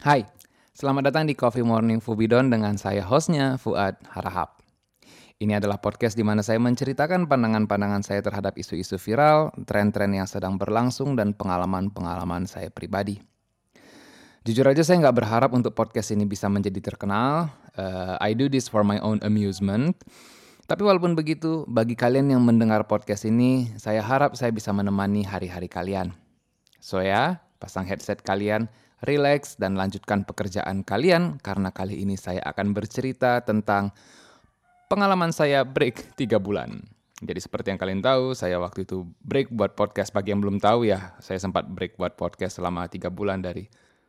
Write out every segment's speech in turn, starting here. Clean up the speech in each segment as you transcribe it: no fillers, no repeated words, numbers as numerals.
Hai, selamat datang di Coffee Morning Fubidon dengan saya hostnya Fuad Harahap. Ini adalah podcast di mana saya menceritakan pandangan-pandangan saya terhadap isu-isu viral, tren-tren yang sedang berlangsung, dan pengalaman-pengalaman saya pribadi. Jujur aja saya nggak berharap untuk podcast ini bisa menjadi terkenal. I do this for my own amusement. Tapi walaupun begitu, bagi kalian yang mendengar podcast ini, saya harap saya bisa menemani hari-hari kalian. So ya, pasang headset kalian, relax, dan lanjutkan pekerjaan kalian karena kali ini saya akan bercerita tentang pengalaman saya break 3 bulan. Jadi seperti yang kalian tahu, saya waktu itu break buat podcast. Bagi yang belum tahu ya, saya sempat break buat podcast selama 3 bulan dari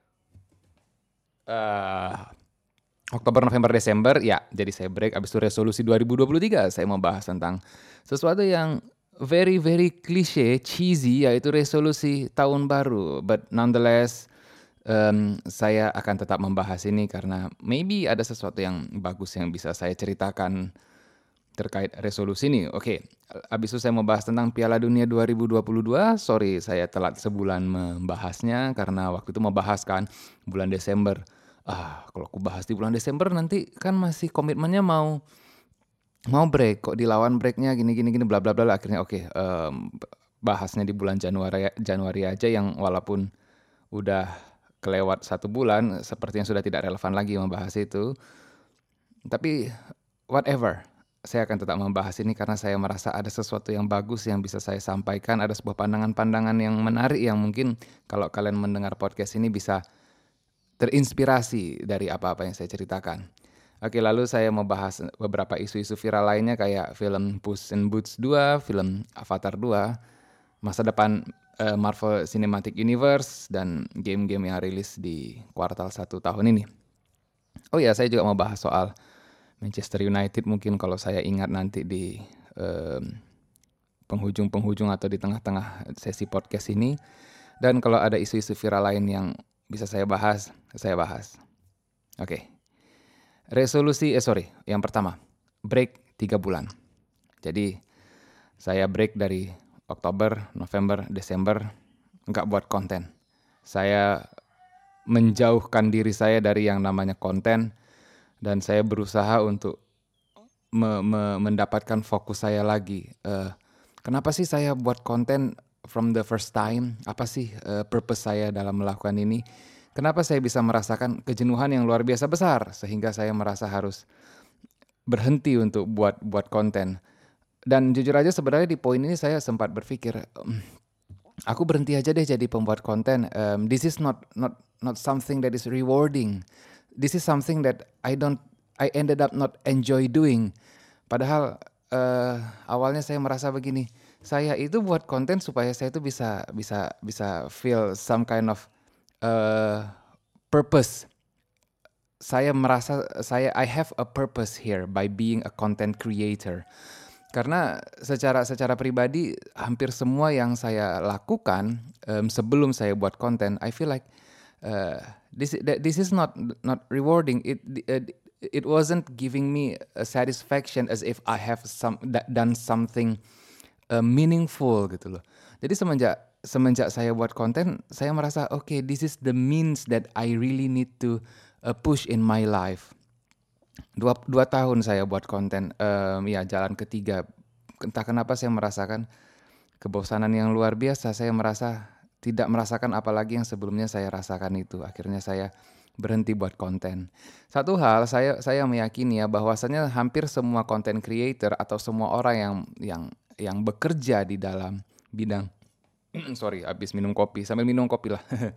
eh, Oktober, November, Desember. Ya, jadi saya break. Abis itu resolusi 2023, saya mau bahas tentang sesuatu yang very, very cliche, cheesy, yaitu resolusi tahun baru. But nonetheless, saya akan tetap membahas ini karena maybe ada sesuatu yang bagus yang bisa saya ceritakan terkait resolusi ini. Oke, abis itu saya mau bahas tentang Piala Dunia 2022. Sorry, saya telat sebulan membahasnya karena waktu itu mau bahas kan bulan Desember. Kalau aku bahas di bulan Desember nanti kan masih komitmennya mau break, kok dilawan breaknya gini gini gini bla bla bla. Akhirnya oke, bahasnya di bulan Januari aja yang walaupun udah kelewat 1 bulan, sepertinya sudah tidak relevan lagi membahas itu. Tapi whatever, saya akan tetap membahas ini karena saya merasa ada sesuatu yang bagus yang bisa saya sampaikan, ada sebuah pandangan-pandangan yang menarik yang mungkin kalau kalian mendengar podcast ini bisa terinspirasi dari apa-apa yang saya ceritakan. Oke, lalu saya mau bahas beberapa isu-isu viral lainnya kayak film Puss in Boots 2, film Avatar 2, masa depan Marvel Cinematic Universe, dan game-game yang rilis di kuartal 1 tahun ini. Oh ya, saya juga mau bahas soal Manchester United mungkin kalau saya ingat nanti di penghujung-penghujung atau di tengah-tengah sesi podcast ini. Dan kalau ada isu-isu viral lain yang bisa saya bahas, saya bahas. Oke. Yang pertama, break 3 bulan. Jadi saya break dari Oktober, November, Desember, nggak buat konten. Saya menjauhkan diri saya dari yang namanya konten dan saya berusaha untuk mendapatkan fokus saya lagi. Kenapa sih saya buat konten from the first time? Apa sih purpose saya dalam melakukan ini? Kenapa saya bisa merasakan kejenuhan yang luar biasa besar sehingga saya merasa harus berhenti untuk buat konten. Dan jujur aja sebenarnya di poin ini saya sempat berpikir, aku berhenti aja deh jadi pembuat konten. This is not something that is rewarding. This is something that I ended up not enjoy doing. Padahal awalnya saya merasa begini, saya itu buat konten supaya saya itu bisa feel some kind of purpose. Saya merasa I have a purpose here by being a content creator. Karena secara pribadi hampir semua yang saya lakukan sebelum saya buat konten, I feel like this is not rewarding. It wasn't giving me a satisfaction as if I have done something meaningful gitu loh. Jadi semenjak saya buat konten, saya merasa okay, this is the means that I really need to push in my life. Dua tahun saya buat konten, ya jalan ketiga. Entah kenapa saya merasakan kebosanan yang luar biasa. Saya merasa tidak merasakan apalagi yang sebelumnya saya rasakan itu. Akhirnya saya berhenti buat konten. Satu hal saya meyakini ya bahwasanya hampir semua content creator atau semua orang yang bekerja di dalam bidang sorry, habis minum kopi, sambil minum kopi lah.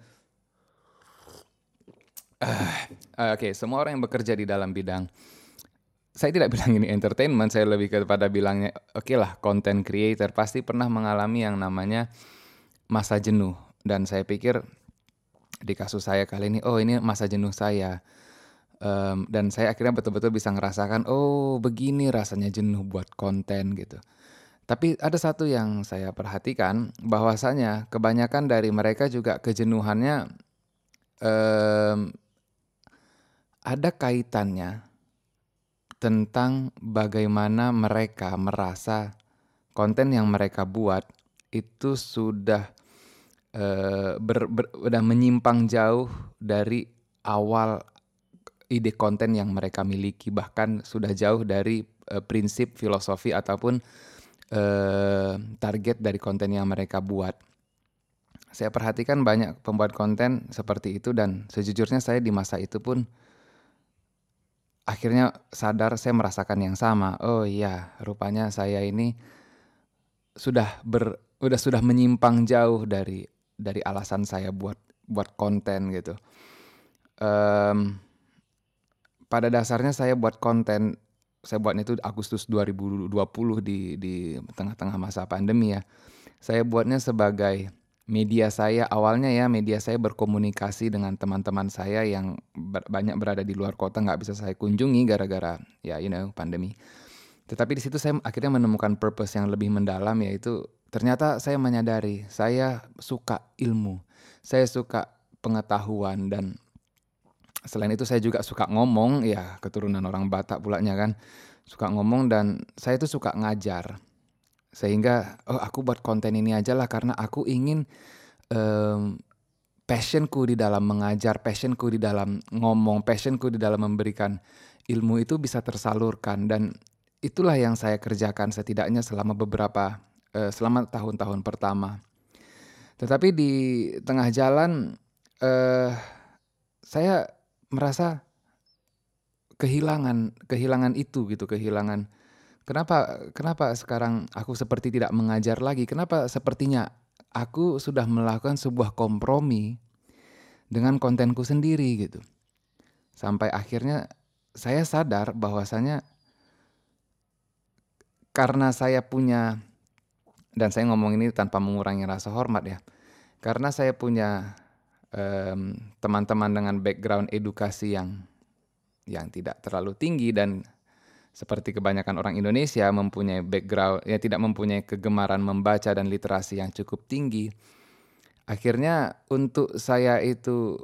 Oke, semua orang yang bekerja di dalam bidang, saya tidak bilang ini entertainment, saya lebih kepada bilangnya, oke lah, content creator pasti pernah mengalami yang namanya masa jenuh. Dan saya pikir di kasus saya kali ini, oh ini masa jenuh saya. Dan saya akhirnya betul-betul bisa ngerasakan, oh begini rasanya jenuh buat konten gitu. Tapi ada satu yang saya perhatikan, bahwasanya kebanyakan dari mereka juga kejenuhannya ada kaitannya tentang bagaimana mereka merasa konten yang mereka buat itu sudah udah menyimpang jauh dari awal ide konten yang mereka miliki, bahkan sudah jauh dari prinsip, filosofi ataupun target dari konten yang mereka buat. Saya perhatikan banyak pembuat konten seperti itu dan sejujurnya saya di masa itu pun akhirnya sadar saya merasakan yang sama. Oh iya, rupanya saya ini sudah menyimpang jauh dari alasan saya buat konten gitu. Mmm, pada dasarnya saya buatnya itu Agustus 2020 di tengah-tengah masa pandemi ya. Saya buatnya sebagai media saya berkomunikasi dengan teman-teman saya yang banyak berada di luar kota, nggak bisa saya kunjungi gara-gara ya pandemi. Tetapi di situ saya akhirnya menemukan purpose yang lebih mendalam, yaitu ternyata saya menyadari saya suka ilmu, saya suka pengetahuan, dan selain itu saya juga suka ngomong, ya keturunan orang Batak pulanya kan, suka ngomong dan saya tuh suka ngajar. Sehingga, aku buat konten ini aja lah karena aku ingin, mmm, passion-ku di dalam mengajar, passion-ku di dalam ngomong, passion-ku di dalam memberikan ilmu itu bisa tersalurkan, dan itulah yang saya kerjakan setidaknya selama tahun-tahun pertama. Tetapi di tengah jalan, eee, saya merasa kehilangan itu gitu, kenapa kenapa sekarang aku seperti tidak mengajar lagi, kenapa sepertinya aku sudah melakukan sebuah kompromi dengan kontenku sendiri gitu. Sampai akhirnya saya sadar bahwasanya karena saya punya, dan saya ngomong ini tanpa mengurangi rasa hormat ya, karena saya punya, teman-teman dengan background edukasi yang tidak terlalu tinggi, dan seperti kebanyakan orang Indonesia mempunyai background ya, tidak mempunyai kegemaran membaca dan literasi yang cukup tinggi. Akhirnya untuk saya itu,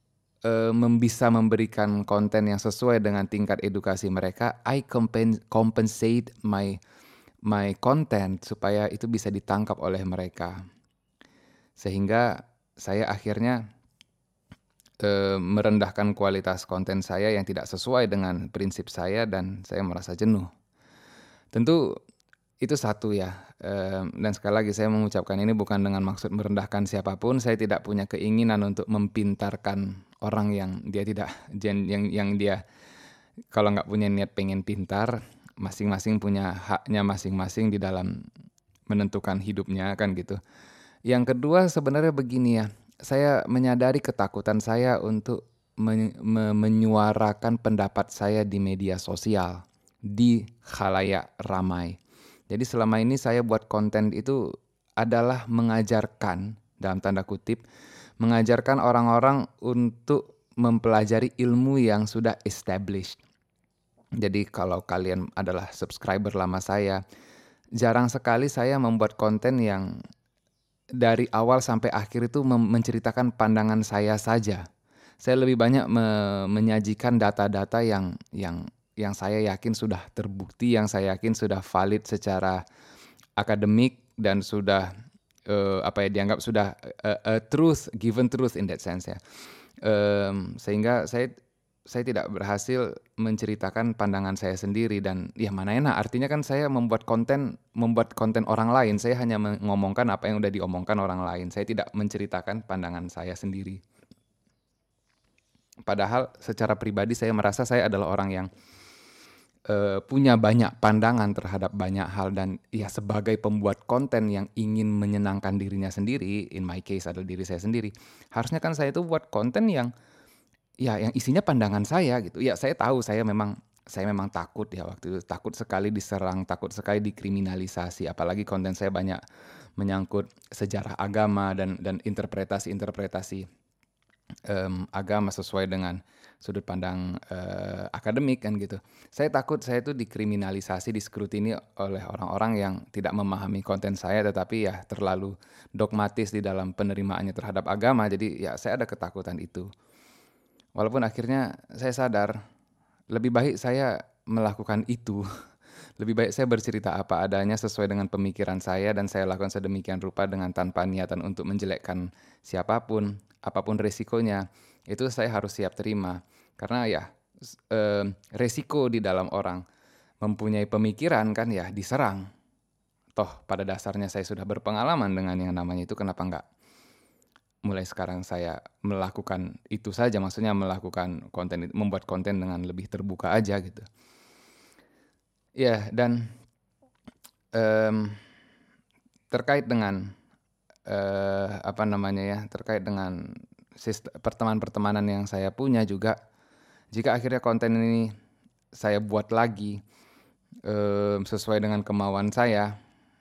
bisa memberikan konten yang sesuai dengan tingkat edukasi mereka, I compensate my content supaya itu bisa ditangkap oleh mereka. Sehingga saya akhirnya, merendahkan kualitas konten saya yang tidak sesuai dengan prinsip saya dan saya merasa jenuh. Tentu itu satu ya, dan sekali lagi saya mengucapkan ini bukan dengan maksud merendahkan siapapun. Saya tidak punya keinginan untuk mempintarkan orang yang dia tidak yang dia kalau nggak punya niat pengen pintar. Masing-masing punya haknya masing-masing di dalam menentukan hidupnya kan gitu. Yang kedua sebenarnya begini ya, saya menyadari ketakutan saya untuk menyuarakan pendapat saya di media sosial, di khalayak ramai. Jadi selama ini saya buat konten itu adalah mengajarkan, dalam tanda kutip, mengajarkan orang-orang untuk mempelajari ilmu yang sudah established. Jadi kalau kalian adalah subscriber lama saya, jarang sekali saya membuat konten yang dari awal sampai akhir itu menceritakan pandangan saya saja. Saya lebih banyak menyajikan data-data yang saya yakin sudah terbukti, yang saya yakin sudah valid secara akademik dan sudah, dianggap sudah, given truth in that sense ya. Sehingga saya tidak berhasil menceritakan pandangan saya sendiri, dan ya mana enak, artinya kan saya membuat konten orang lain, saya hanya mengomongkan apa yang udah diomongkan orang lain, saya tidak menceritakan pandangan saya sendiri. Padahal secara pribadi saya merasa saya adalah orang yang, punya banyak pandangan terhadap banyak hal, dan ya sebagai pembuat konten yang ingin menyenangkan dirinya sendiri, in my case adalah diri saya sendiri, harusnya kan saya itu buat konten yang isinya pandangan saya gitu. Ya saya tahu saya memang takut ya waktu itu, takut sekali diserang, takut sekali dikriminalisasi, apalagi konten saya banyak menyangkut sejarah agama dan interpretasi agama sesuai dengan sudut pandang akademik kan gitu. Saya takut saya itu dikriminalisasi, diskrutini oleh orang-orang yang tidak memahami konten saya, tetapi ya terlalu dogmatis di dalam penerimaannya terhadap agama. Jadi ya saya ada ketakutan itu. Walaupun akhirnya saya sadar, lebih baik saya melakukan itu, Lebih baik saya bercerita apa adanya sesuai dengan pemikiran saya dan saya lakukan sedemikian rupa dengan tanpa niatan untuk menjelekkan siapapun, apapun resikonya, itu saya harus siap terima. Karena ya resiko di dalam orang mempunyai pemikiran kan ya diserang. Toh pada dasarnya saya sudah berpengalaman dengan yang namanya itu, kenapa enggak mulai sekarang saya melakukan itu saja, maksudnya melakukan konten, membuat konten dengan lebih terbuka aja gitu. Ya, dan terkait dengan terkait dengan pertemanan yang saya punya juga, jika akhirnya konten ini saya buat lagi sesuai dengan kemauan saya,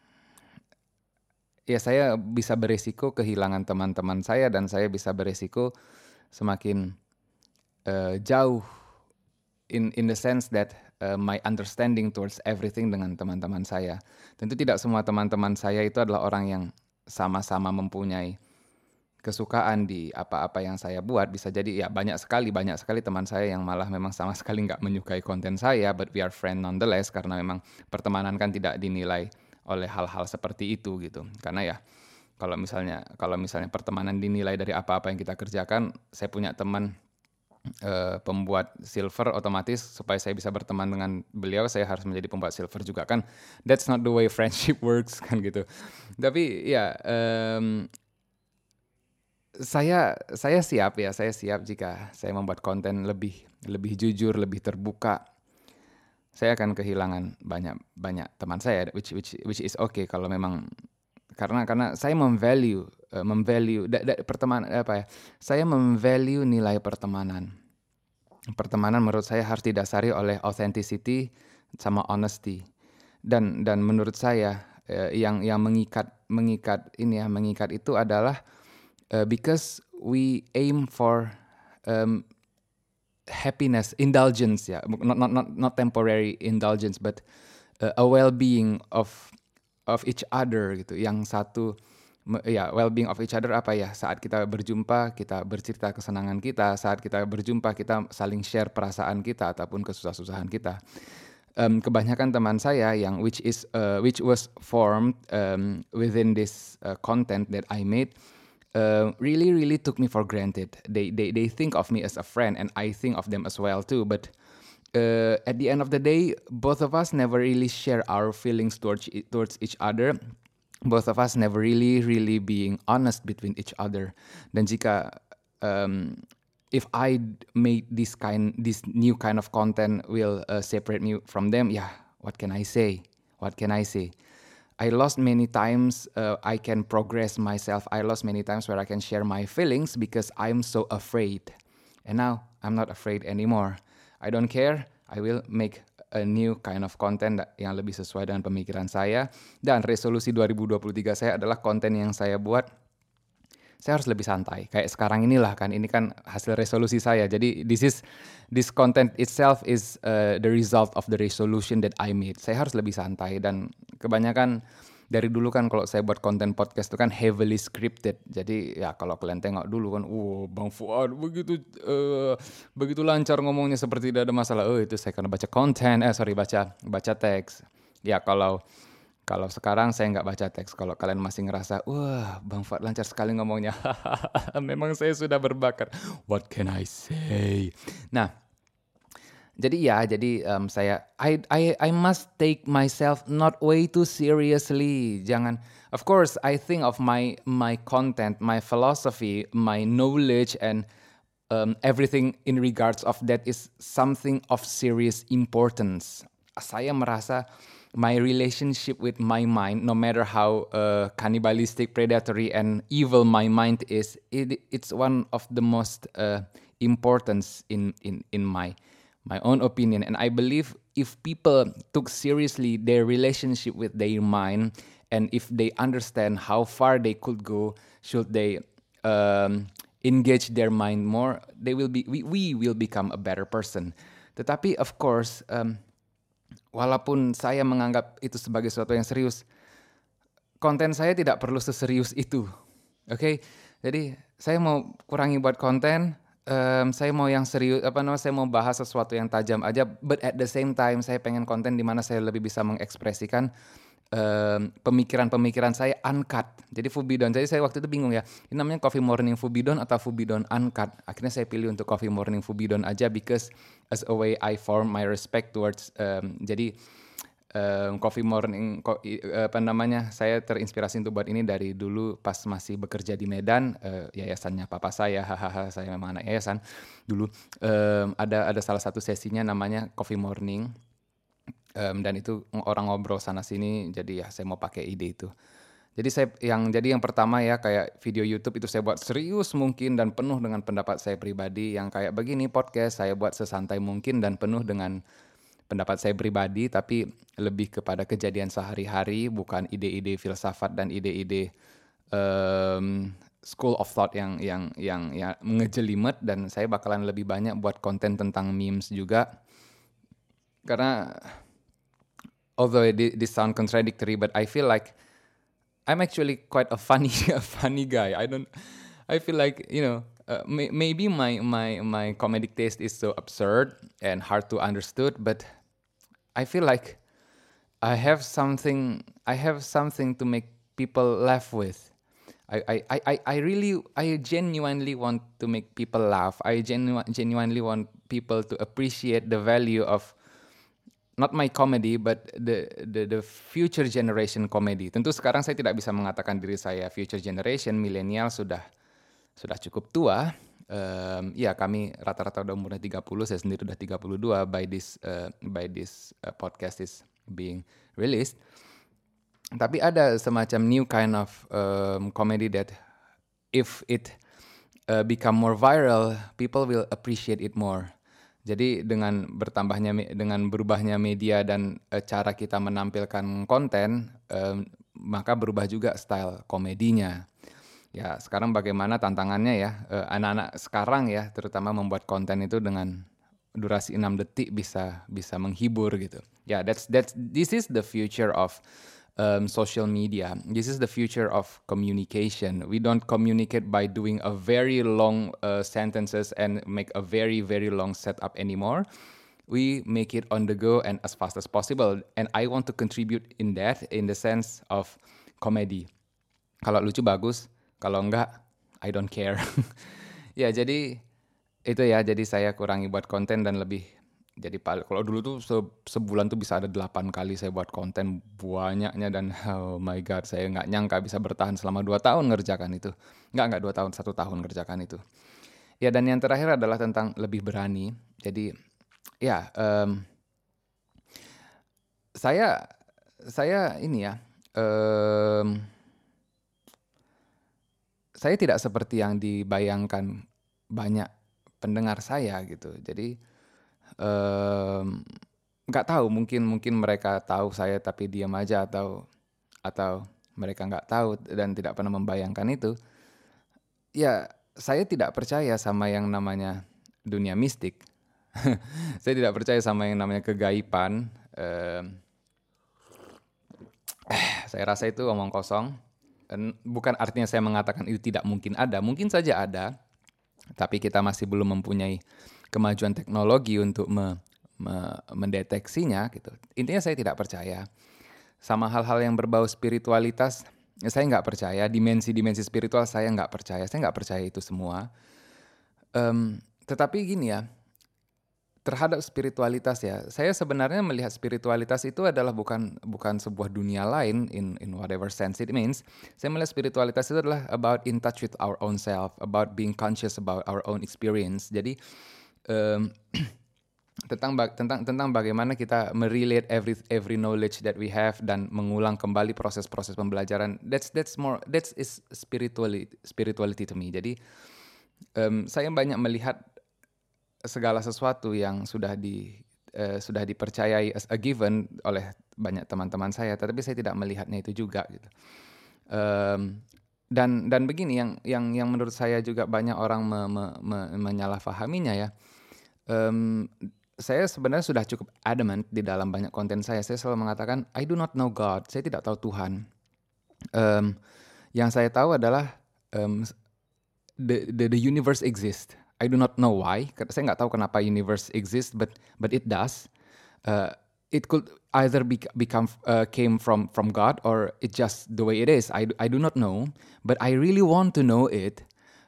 ya saya bisa beresiko kehilangan teman-teman saya dan saya bisa beresiko semakin jauh in the sense that my understanding towards everything dengan teman-teman saya. Tentu tidak semua teman-teman saya itu adalah orang yang sama-sama mempunyai kesukaan di apa-apa yang saya buat. Bisa jadi ya banyak sekali teman saya yang malah memang sama sekali nggak menyukai konten saya, but we are friend nonetheless, karena memang pertemanan kan tidak dinilai oleh hal-hal seperti itu gitu. Karena ya kalau misalnya pertemanan dinilai dari apa-apa yang kita kerjakan, saya punya teman pembuat silver, otomatis supaya saya bisa berteman dengan beliau saya harus menjadi pembuat silver juga kan. That's not the way friendship works kan gitu. Tapi ya saya siap jika saya membuat konten lebih jujur, lebih terbuka. Saya akan kehilangan banyak teman saya, which is okay kalau memang karena saya memvalue pertemanan saya memvalue nilai pertemanan. Pertemanan menurut saya harus didasari oleh authenticity sama honesty. Dan menurut saya yang mengikat itu adalah because we aim for happiness, indulgence ya, not temporary indulgence, but a well-being of each other gitu. Yang satu ya well-being of each other apa ya? Saat kita berjumpa, kita bercerita kesenangan kita. Saat kita berjumpa, kita saling share perasaan kita ataupun kesusah-susahan kita. Kebanyakan teman saya yang which was formed within this content that I made really took me for granted. They think of me as a friend, and I think of them as well too. But at the end of the day, both of us never really share our feelings towards each other. Both of us never really being honest between each other. Dan jika if I made this new kind of content will separate me from them, yeah, what can I say? I lost many times I can progress myself. I lost many times where I can share my feelings because I'm so afraid. And now I'm not afraid anymore. I don't care. I will make a new kind of content yang lebih sesuai dengan pemikiran saya. Dan resolusi 2023 saya adalah konten yang saya buat, saya harus lebih santai. Kayak sekarang inilah kan, ini kan hasil resolusi saya. Jadi this content itself is the result of the resolution that I made. Saya harus lebih santai, dan kebanyakan dari dulu kan kalau saya buat konten podcast itu kan heavily scripted. Jadi ya kalau kalian tengok dulu kan, Bang Fuad begitu lancar ngomongnya seperti tidak ada masalah. Itu saya karena baca konten, baca teks. Ya kalau sekarang saya nggak baca teks. Kalau kalian masih ngerasa, wah Bang Fuad lancar sekali ngomongnya, memang saya sudah berbakat. What can I say? Nah, saya I must take myself not way too seriously. Jangan. Of course, I think of my content, my philosophy, my knowledge, and everything in regards of that is something of serious importance. Saya merasa my relationship with my mind, no matter how cannibalistic, predatory, and evil my mind is, it's one of the most importance in my own opinion. And I believe if people took seriously their relationship with their mind, and if they understand how far they could go, should they engage their mind more, we will become a better person. Tetapi of course, walaupun saya menganggap itu sebagai sesuatu yang serius, konten saya tidak perlu seserius itu. Oke? Jadi saya mau kurangi buat konten, saya mau yang serius, saya mau bahas sesuatu yang tajam aja, but at the same time saya pengen konten di mana saya lebih bisa mengekspresikan pemikiran-pemikiran saya uncut. Jadi Fubidon. Jadi saya waktu itu bingung ya, ini namanya Coffee Morning Fubidon atau Fubidon Uncut. Akhirnya saya pilih untuk Coffee Morning Fubidon aja because as a way I form my respect towards jadi Coffee Morning saya terinspirasi untuk buat ini dari dulu pas masih bekerja di Medan, yayasannya papa saya, hahaha, saya memang anak yayasan dulu. Ada salah satu sesinya namanya Coffee Morning. Dan itu orang ngobrol sana sini, jadi ya saya mau pakai ide itu. Jadi yang pertama ya kayak video YouTube itu saya buat serius mungkin dan penuh dengan pendapat saya pribadi. Yang kayak begini podcast saya buat sesantai mungkin dan penuh dengan pendapat saya pribadi, tapi lebih kepada kejadian sehari-hari, bukan ide-ide filsafat dan ide-ide school of thought yang ya ngejelimet. Dan saya bakalan lebih banyak buat konten tentang memes juga, karena although this sound contradictory, but I feel like I'm actually quite a funny a funny guy. I feel like, maybe my comedic taste is so absurd and hard to understood, but I feel like I have something to make people laugh with. I genuinely want to make people laugh. I genuinely want people to appreciate the value of not my comedy, but the future generation comedy. Tentu sekarang saya tidak bisa mengatakan diri saya future generation, milenial sudah cukup tua. Ya kami rata-rata udah umurnya 30, saya sendiri udah 32 by this podcast is being released. Tapi ada semacam new kind of comedy that if it become more viral, people will appreciate it more. Jadi dengan berubahnya media dan cara kita menampilkan konten, maka berubah juga style komedinya. Ya sekarang bagaimana tantangannya ya, anak-anak sekarang ya terutama membuat konten itu dengan durasi 6 detik bisa menghibur gitu. Ya this is the future of social media. This is the future of communication. We don't communicate by doing a very long sentences and make a very, very long setup anymore. We make it on the go and as fast as possible. And I want to contribute in that, in the sense of comedy. Kalau lucu bagus, kalau enggak, I don't care. Ya jadi itu ya, jadi saya kurangi buat konten dan lebih. Jadi kalau dulu tuh sebulan tuh bisa ada 8 kali saya buat konten banyaknya, dan oh my god, saya nggak nyangka bisa bertahan selama 2 tahun ngerjakan itu. Nggak 2 tahun, 1 tahun ngerjakan itu. Ya dan yang terakhir adalah tentang lebih berani. Jadi ya saya ini ya, saya tidak seperti yang dibayangkan banyak pendengar saya gitu. Jadi nggak tahu, mungkin mereka tahu saya tapi diam aja, atau mereka nggak tahu dan tidak pernah membayangkan itu. Ya saya tidak percaya sama yang namanya dunia mistik. Saya tidak percaya sama yang namanya kegaiban. Saya rasa itu omong kosong. Bukan artinya saya mengatakan itu tidak mungkin ada, mungkin saja ada, tapi kita masih belum mempunyai kemajuan teknologi untuk mendeteksinya gitu. Intinya saya tidak percaya. Sama hal-hal yang berbau spiritualitas, saya nggak percaya. Dimensi-dimensi spiritual saya nggak percaya. Saya nggak percaya itu semua. Tetapi gini ya, terhadap spiritualitas ya, saya sebenarnya melihat spiritualitas itu adalah bukan sebuah dunia lain in whatever sense it means. Saya melihat spiritualitas itu adalah about in touch with our own self, about being conscious about our own experience. Jadi tentang bagaimana kita merelate every knowledge that we have dan mengulang kembali proses-proses pembelajaran. That's spirituality to me. Jadi saya banyak melihat segala sesuatu yang sudah dipercayai as a given oleh banyak teman-teman saya, tetapi saya tidak melihatnya itu juga gitu. Dan begini yang menurut saya juga banyak orang menyalahfahaminya ya. Saya sebenarnya sudah cukup adamant di dalam banyak konten saya. Saya selalu mengatakan I do not know God. Saya tidak tahu Tuhan. Yang saya tahu adalah the universe exists. I do not know why. Saya nggak tahu kenapa universe exists, but it does. Uh, it could either become came from God, or it just the way it is. I do not know, but I really want to know it.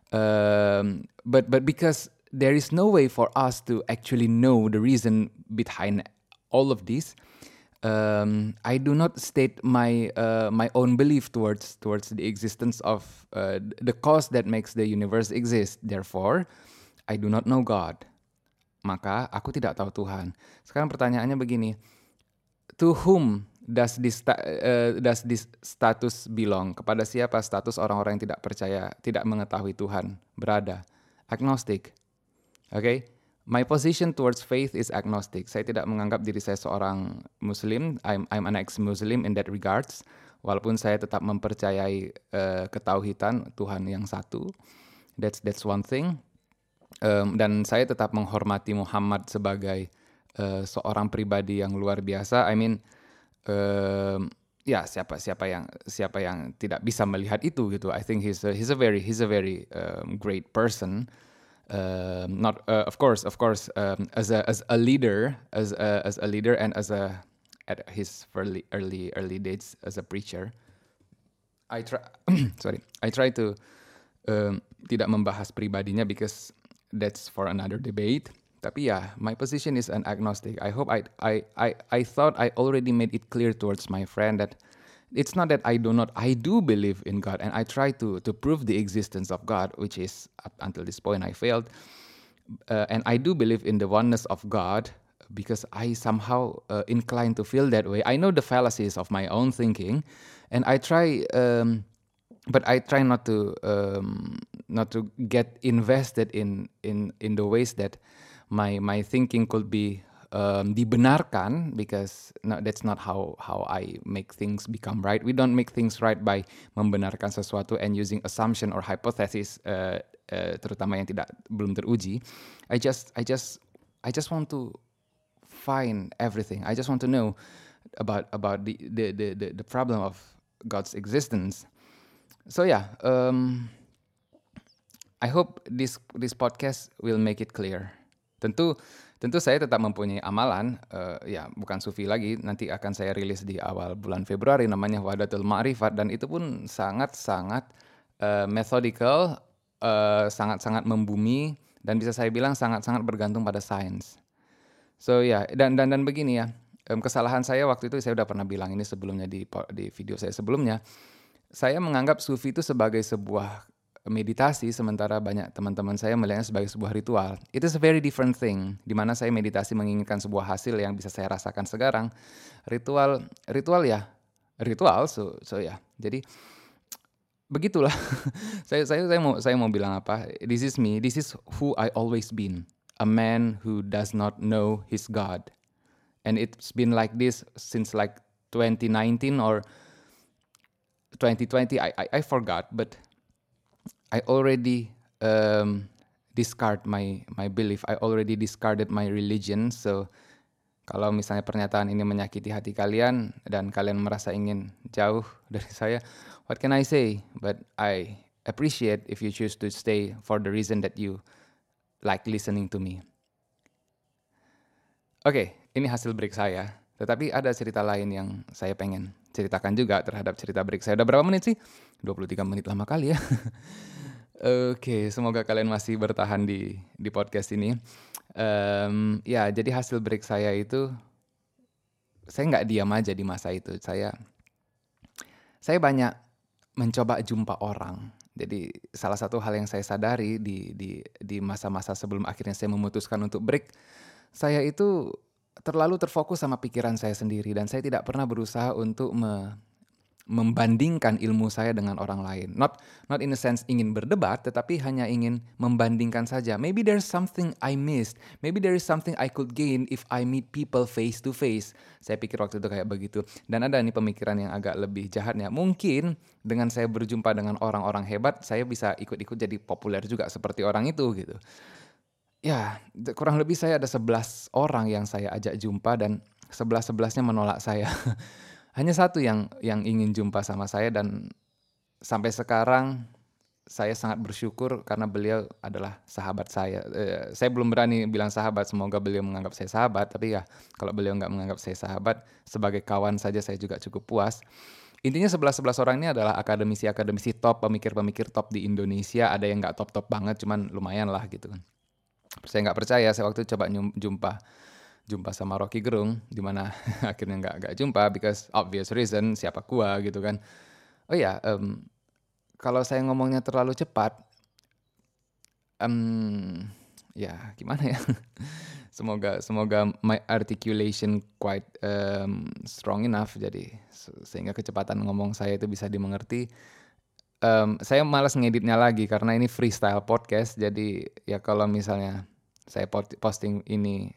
But because there is no way for us to actually know the reason behind all of this, I do not state my own belief towards the existence of the cause that makes the universe exist. Therefore, I do not know God. Maka aku tidak tahu Tuhan. Sekarang pertanyaannya begini, to whom does this status belong? Kepada siapa status orang-orang yang tidak percaya, tidak mengetahui Tuhan berada? Agnostic. Okay? My position towards faith is agnostic. Saya tidak menganggap diri saya seorang Muslim. I'm an ex-Muslim in that regards. Walaupun saya tetap mempercayai ketauhidan Tuhan yang satu. That's one thing. Dan saya tetap menghormati Muhammad sebagai seorang pribadi yang luar biasa. I mean, ya siapa yang tidak bisa melihat itu gitu. I think he's a very great person. Not of course as a leader, and at his early days as a preacher. I try to tidak membahas pribadinya because that's for another debate. Tapi ya, my position is an agnostic. I hope I thought I already made it clear towards my friend that it's not that I do believe in God, and I try to prove the existence of God, which is up until this point I failed. And I do believe in the oneness of God because I somehow inclined to feel that way. I know the fallacies of my own thinking, and I try, but I try not to get invested in the ways that my thinking could be dibenarkan, because no, that's not how I make things become right. We don't make things right by membenarkan sesuatu and using assumption or hypothesis, terutama yang belum teruji. I just want to find everything. I just want to know about the problem of God's existence. So yeah, I hope this podcast will make it clear. Tentu saya tetap mempunyai amalan, ya bukan sufi lagi, nanti akan saya rilis di awal bulan Februari, namanya Wahdatul Ma'rifat, dan itu pun sangat-sangat methodical, sangat-sangat membumi, dan bisa saya bilang sangat-sangat bergantung pada sains. So ya, dan begini ya, kesalahan saya waktu itu, saya udah pernah bilang ini sebelumnya di video saya sebelumnya, saya menganggap sufi itu sebagai sebuah meditasi, sementara banyak teman-teman saya melihatnya sebagai sebuah ritual. It is a very different thing, di mana saya meditasi menginginkan sebuah hasil yang bisa saya rasakan sekarang. Ritual ya, ritual. So ya. Jadi begitulah. saya mau bilang apa? This is me. This is who I always been. A man who does not know his God. And it's been like this since like 2019 or 2020. I forgot, but I already discard my belief. I already discarded my religion. So kalau misalnya pernyataan ini menyakiti hati kalian dan kalian merasa ingin jauh dari saya, what can I say? But I appreciate if you choose to stay for the reason that you like listening to me. Oke, ini hasil break saya. Tetapi ada cerita lain yang saya pengen ceritakan juga terhadap cerita break saya. Udah berapa menit sih? 23 menit, lama kali ya. Oke, semoga kalian masih bertahan di podcast ini. Ya, jadi hasil break saya itu, saya nggak diam aja di masa itu. Saya banyak mencoba jumpa orang. Jadi salah satu hal yang saya sadari di masa-masa sebelum akhirnya saya memutuskan untuk break, saya itu terlalu terfokus sama pikiran saya sendiri, dan saya tidak pernah berusaha untuk membandingkan ilmu saya dengan orang lain. Not in a sense ingin berdebat, tetapi hanya ingin membandingkan saja. Maybe there's something I missed. Maybe there is something I could gain if I meet people face to face. Saya pikir waktu itu kayak begitu. Dan ada nih pemikiran yang agak lebih jahatnya. Mungkin dengan saya berjumpa dengan orang-orang hebat, saya bisa ikut-ikut jadi populer juga seperti orang itu gitu. Ya, kurang lebih saya ada 11 orang yang saya ajak jumpa, dan 11-11-nya menolak saya. Hanya satu yang ingin jumpa sama saya, dan sampai sekarang saya sangat bersyukur karena beliau adalah sahabat saya. Saya belum berani bilang sahabat, semoga beliau menganggap saya sahabat, tapi ya kalau beliau nggak menganggap saya sahabat, sebagai kawan saja saya juga cukup puas. Intinya 11-11 orang ini adalah akademisi-akademisi top, pemikir-pemikir top di Indonesia. Ada yang nggak top-top banget, cuman lumayan lah gitu kan. Saya nggak percaya, saya waktu itu coba jumpa sama Rocky Gerung, di mana akhirnya nggak jumpa because obvious reason, siapa gua gitu kan. Oh ya, kalau saya ngomongnya terlalu cepat, ya gimana ya? Semoga my articulation quite strong enough, jadi sehingga kecepatan ngomong saya itu bisa dimengerti. Saya malas ngeditnya lagi karena ini freestyle podcast, jadi ya kalau misalnya saya posting ini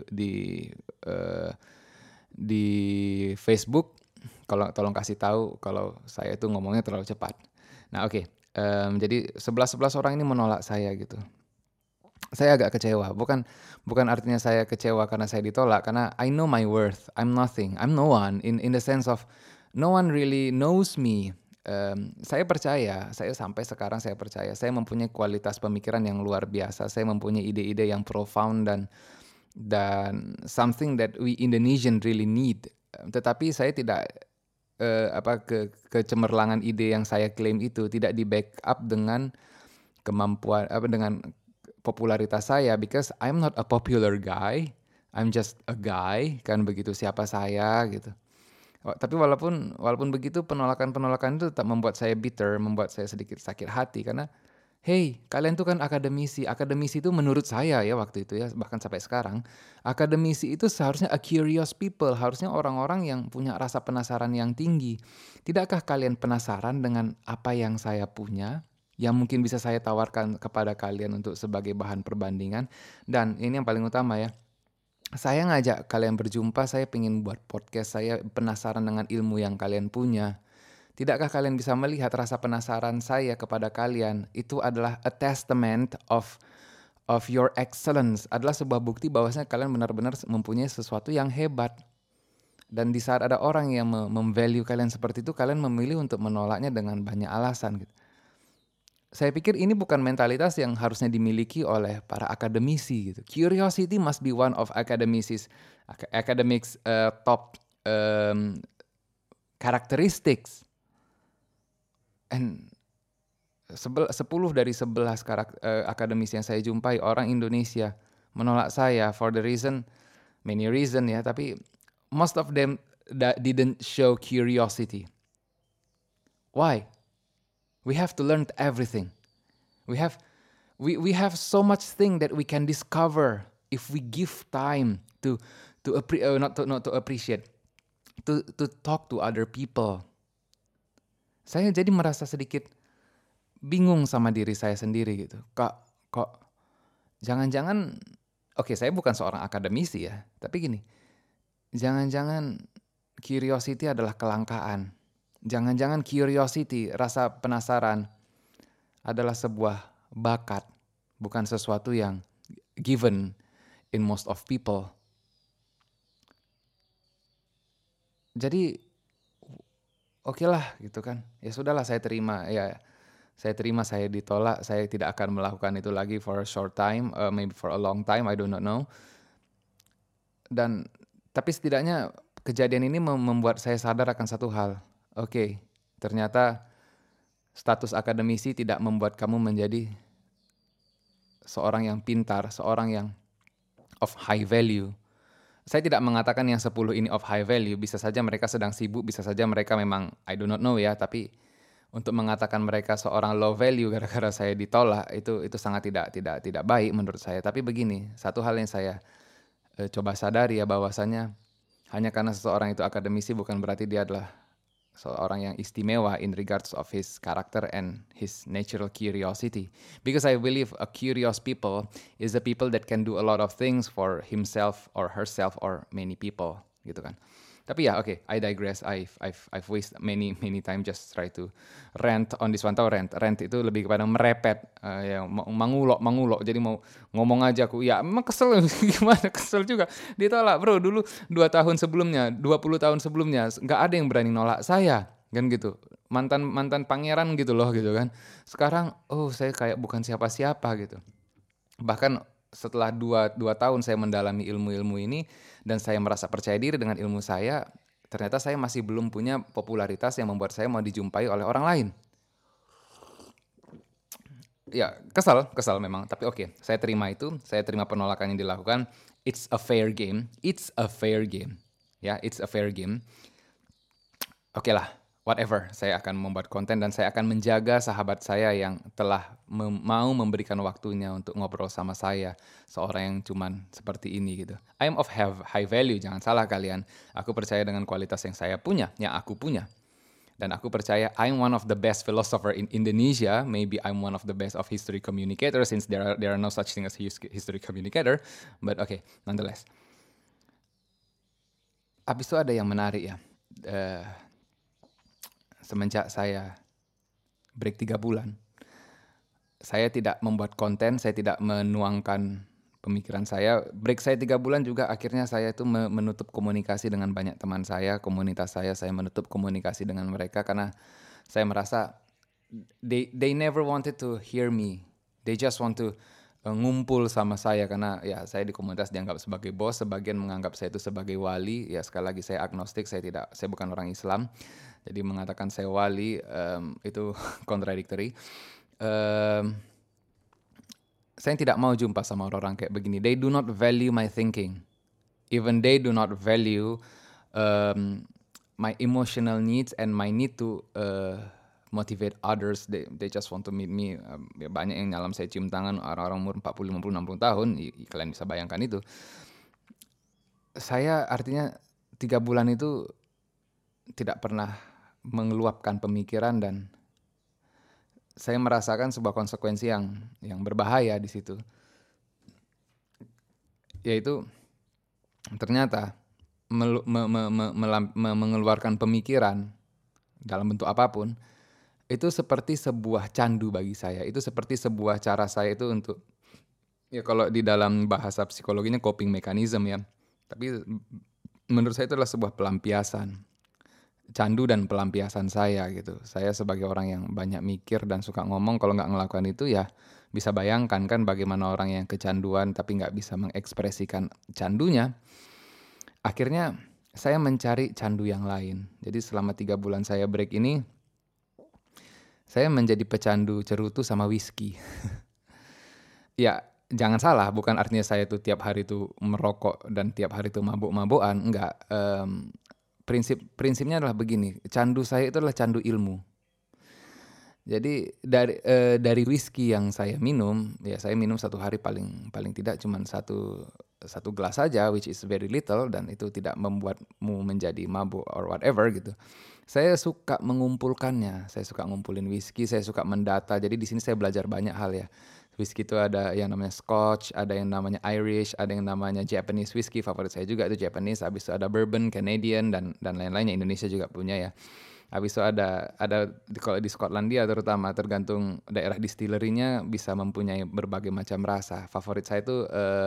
di Facebook, kalau tolong kasih tahu kalau saya itu ngomongnya terlalu cepat. Nah oke, jadi 11 orang ini menolak saya gitu. Saya agak kecewa, bukan artinya saya kecewa karena saya ditolak, karena I know my worth, I'm nothing, I'm no one, in the sense of no one really knows me. Saya percaya, saya sampai sekarang saya percaya, saya mempunyai kualitas pemikiran yang luar biasa, saya mempunyai ide-ide yang profound dan something that we Indonesian really need. Tetapi saya tidak kecemerlangan ide yang saya klaim itu tidak di-backup dengan kemampuan dengan popularitas saya, because I'm not a popular guy, I'm just a guy, kan begitu, siapa saya gitu. Tapi walaupun begitu, penolakan itu tetap membuat saya bitter, membuat saya sedikit sakit hati, karena hey, kalian tuh kan akademisi itu menurut saya ya waktu itu ya, bahkan sampai sekarang, akademisi itu seharusnya a curious people, harusnya orang-orang yang punya rasa penasaran yang tinggi. Tidakkah kalian penasaran dengan apa yang saya punya, yang mungkin bisa saya tawarkan kepada kalian untuk sebagai bahan perbandingan? Dan ini yang paling utama ya, saya ngajak kalian berjumpa, saya pengen buat podcast, saya penasaran dengan ilmu yang kalian punya. Tidakkah kalian bisa melihat rasa penasaran saya kepada kalian itu adalah a testament of your excellence, adalah sebuah bukti bahwasanya kalian benar-benar mempunyai sesuatu yang hebat. Dan di saat ada orang yang memvalue kalian seperti itu, kalian memilih untuk menolaknya dengan banyak alasan gitu. Saya pikir ini bukan mentalitas yang harusnya dimiliki oleh para akademisi gitu. Curiosity must be one of academics top characteristics. And 10 dari 11 akademisi yang saya jumpai, orang Indonesia, menolak saya for the reason, many reason ya, tapi most of them didn't show curiosity. Why? We have to learn everything. We have so much thing that we can discover if we give time to appreciate, to talk to other people. Saya jadi merasa sedikit bingung sama diri saya sendiri gitu. Kok jangan-jangan, oke, saya bukan seorang akademisi ya, tapi gini, jangan-jangan curiosity adalah kelangkaan. Jangan-jangan curiosity, rasa penasaran, adalah sebuah bakat, bukan sesuatu yang given in most of people. Jadi oke lah gitu kan, ya sudahlah, saya terima, saya ditolak, saya tidak akan melakukan itu lagi for a short time, maybe for a long time, I do not know. Tapi setidaknya kejadian ini membuat saya sadar akan satu hal. Oke, ternyata status akademisi tidak membuat kamu menjadi seorang yang pintar, seorang yang of high value. Saya tidak mengatakan yang 10 ini of high value, bisa saja mereka sedang sibuk, bisa saja mereka memang I do not know ya, tapi untuk mengatakan mereka seorang low value gara-gara saya ditolak, itu sangat tidak baik menurut saya. Tapi begini, satu hal yang saya coba sadari ya, bahwasanya hanya karena seseorang itu akademisi bukan berarti dia adalah seorang yang istimewa in regards of his character and his natural curiosity. Because I believe a curious people is a people that can do a lot of things for himself or herself or many people, gitu kan. Tapi ya oke, I digress. I've wasted many time just try to rant on this one. Tahu rant itu lebih kepada merepet, ya mangulok. Jadi mau ngomong aja aku, ya emang kesel gimana, kesel juga. Ditolak bro, dulu 20 tahun sebelumnya nggak ada yang berani nolak saya. kan gitu. Mantan mantan pangeran gitu loh gitu kan. Sekarang, oh saya kayak bukan siapa-siapa gitu. Bahkan setelah dua tahun saya mendalami ilmu-ilmu ini dan saya merasa percaya diri dengan ilmu saya, ternyata saya masih belum punya popularitas yang membuat saya mau dijumpai oleh orang lain. Ya, kesal memang, tapi oke, saya terima itu, saya terima penolakan yang dilakukan. It's a fair game, it's a fair game. Ya, it's a fair game. Oke lah, whatever. Saya akan membuat konten dan saya akan menjaga sahabat saya yang telah mau memberikan waktunya untuk ngobrol sama saya. Seorang yang cuman seperti ini gitu. I'm of have high value, jangan salah kalian. Aku percaya dengan kualitas yang saya punya, yang aku punya. Dan aku percaya I'm one of the best philosopher in Indonesia. Maybe I'm one of the best of history communicator since there are no such thing as history communicator. But okay, nonetheless. Habis itu ada yang menarik ya. Semenjak saya break 3 bulan, saya tidak membuat konten, saya tidak menuangkan pemikiran saya. Break saya 3 bulan juga akhirnya saya itu menutup komunikasi dengan banyak teman saya, komunitas saya menutup komunikasi dengan mereka karena saya merasa they never wanted to hear me. They just want to ngumpul sama saya karena ya saya di komunitas dianggap sebagai bos, sebagian menganggap saya itu sebagai wali. Ya sekali lagi saya agnostik, saya bukan orang Islam. Jadi mengatakan saya wali itu contradictory. Saya tidak mau jumpa sama orang-orang kayak begini. They do not value my thinking. Even they do not value my emotional needs and my need to motivate others. They just want to meet me. Banyak yang nyalam saya cium tangan, orang-orang umur 40, 50, 60 tahun. Kalian bisa bayangkan itu. Saya artinya 3 bulan itu tidak pernah mengeluapkan pemikiran dan saya merasakan sebuah konsekuensi yang berbahaya di situ. Yaitu ternyata mengeluarkan pemikiran dalam bentuk apapun itu seperti sebuah candu bagi saya. Itu seperti sebuah cara saya itu untuk, ya kalau di dalam bahasa psikologinya coping mechanism ya. Tapi menurut saya itu adalah sebuah pelampiasan. Candu dan pelampiasan saya gitu. Saya sebagai orang yang banyak mikir dan suka ngomong, kalau nggak ngelakukan itu ya bisa bayangkan kan bagaimana orang yang kecanduan tapi nggak bisa mengekspresikan candunya. Akhirnya saya mencari candu yang lain. Jadi selama 3 bulan saya break ini, saya menjadi pecandu cerutu sama whisky. Ya jangan salah, bukan artinya saya tuh tiap hari tuh merokok dan tiap hari tuh mabuk-mabukan, enggak. Prinsipnya adalah begini, candu saya itu adalah candu ilmu. Jadi dari whisky yang saya minum, ya saya minum 1 hari paling tidak cuma satu gelas saja, which is very little dan itu tidak membuatmu menjadi mabuk or whatever gitu. Saya suka mengumpulkannya, saya suka ngumpulin whisky, saya suka mendata. Jadi di sini saya belajar banyak hal ya. Whisky itu ada yang namanya Scotch, ada yang namanya Irish, ada yang namanya Japanese whisky, favorit saya juga itu Japanese. Habis itu ada Bourbon, Canadian dan lain-lainnya. Indonesia juga punya ya. Habis itu ada kalau di Skotlandia terutama tergantung daerah distillery-nya bisa mempunyai berbagai macam rasa. Favorit saya itu